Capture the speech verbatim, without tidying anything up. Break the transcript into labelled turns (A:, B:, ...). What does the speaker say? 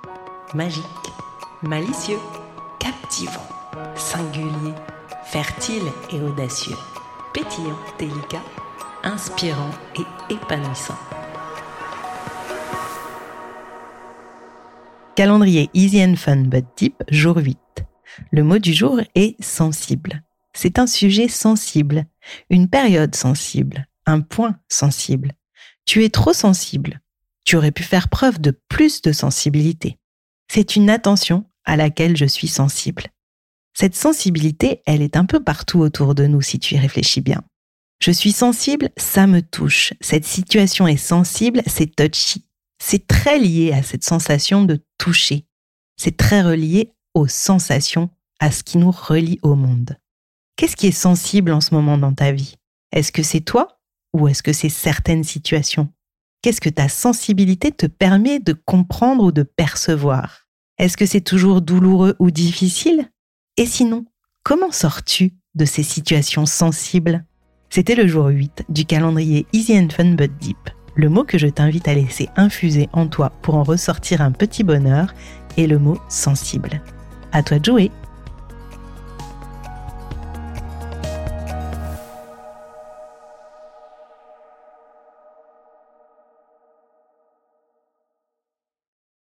A: Magique, malicieux, captivant, singulier, fertile et audacieux, pétillant, délicat, inspirant et épanouissant. Calendrier Easy and Fun but Deep, jour huit. Le mot du jour est sensible. C'est un sujet sensible, une période sensible, un point sensible. Tu es trop sensible. Tu aurais pu faire preuve de plus de sensibilité. C'est une attention à laquelle je suis sensible. Cette sensibilité, elle est un peu partout autour de nous si tu y réfléchis bien. Je suis sensible, ça me touche. Cette situation est sensible, c'est touchy. C'est très lié à cette sensation de toucher. C'est très relié aux sensations, à ce qui nous relie au monde. Qu'est-ce qui est sensible en ce moment dans ta vie ? Est-ce que c'est toi ou est-ce que c'est certaines situations ? Qu'est-ce que ta sensibilité te permet de comprendre ou de percevoir ? Est-ce que c'est toujours douloureux ou difficile ? Et sinon, comment sors-tu de ces situations sensibles ? C'était le jour huit du calendrier Easy and Fun but Deep. Le mot que je t'invite à laisser infuser en toi pour en ressortir un petit bonheur est le mot sensible. À toi de jouer!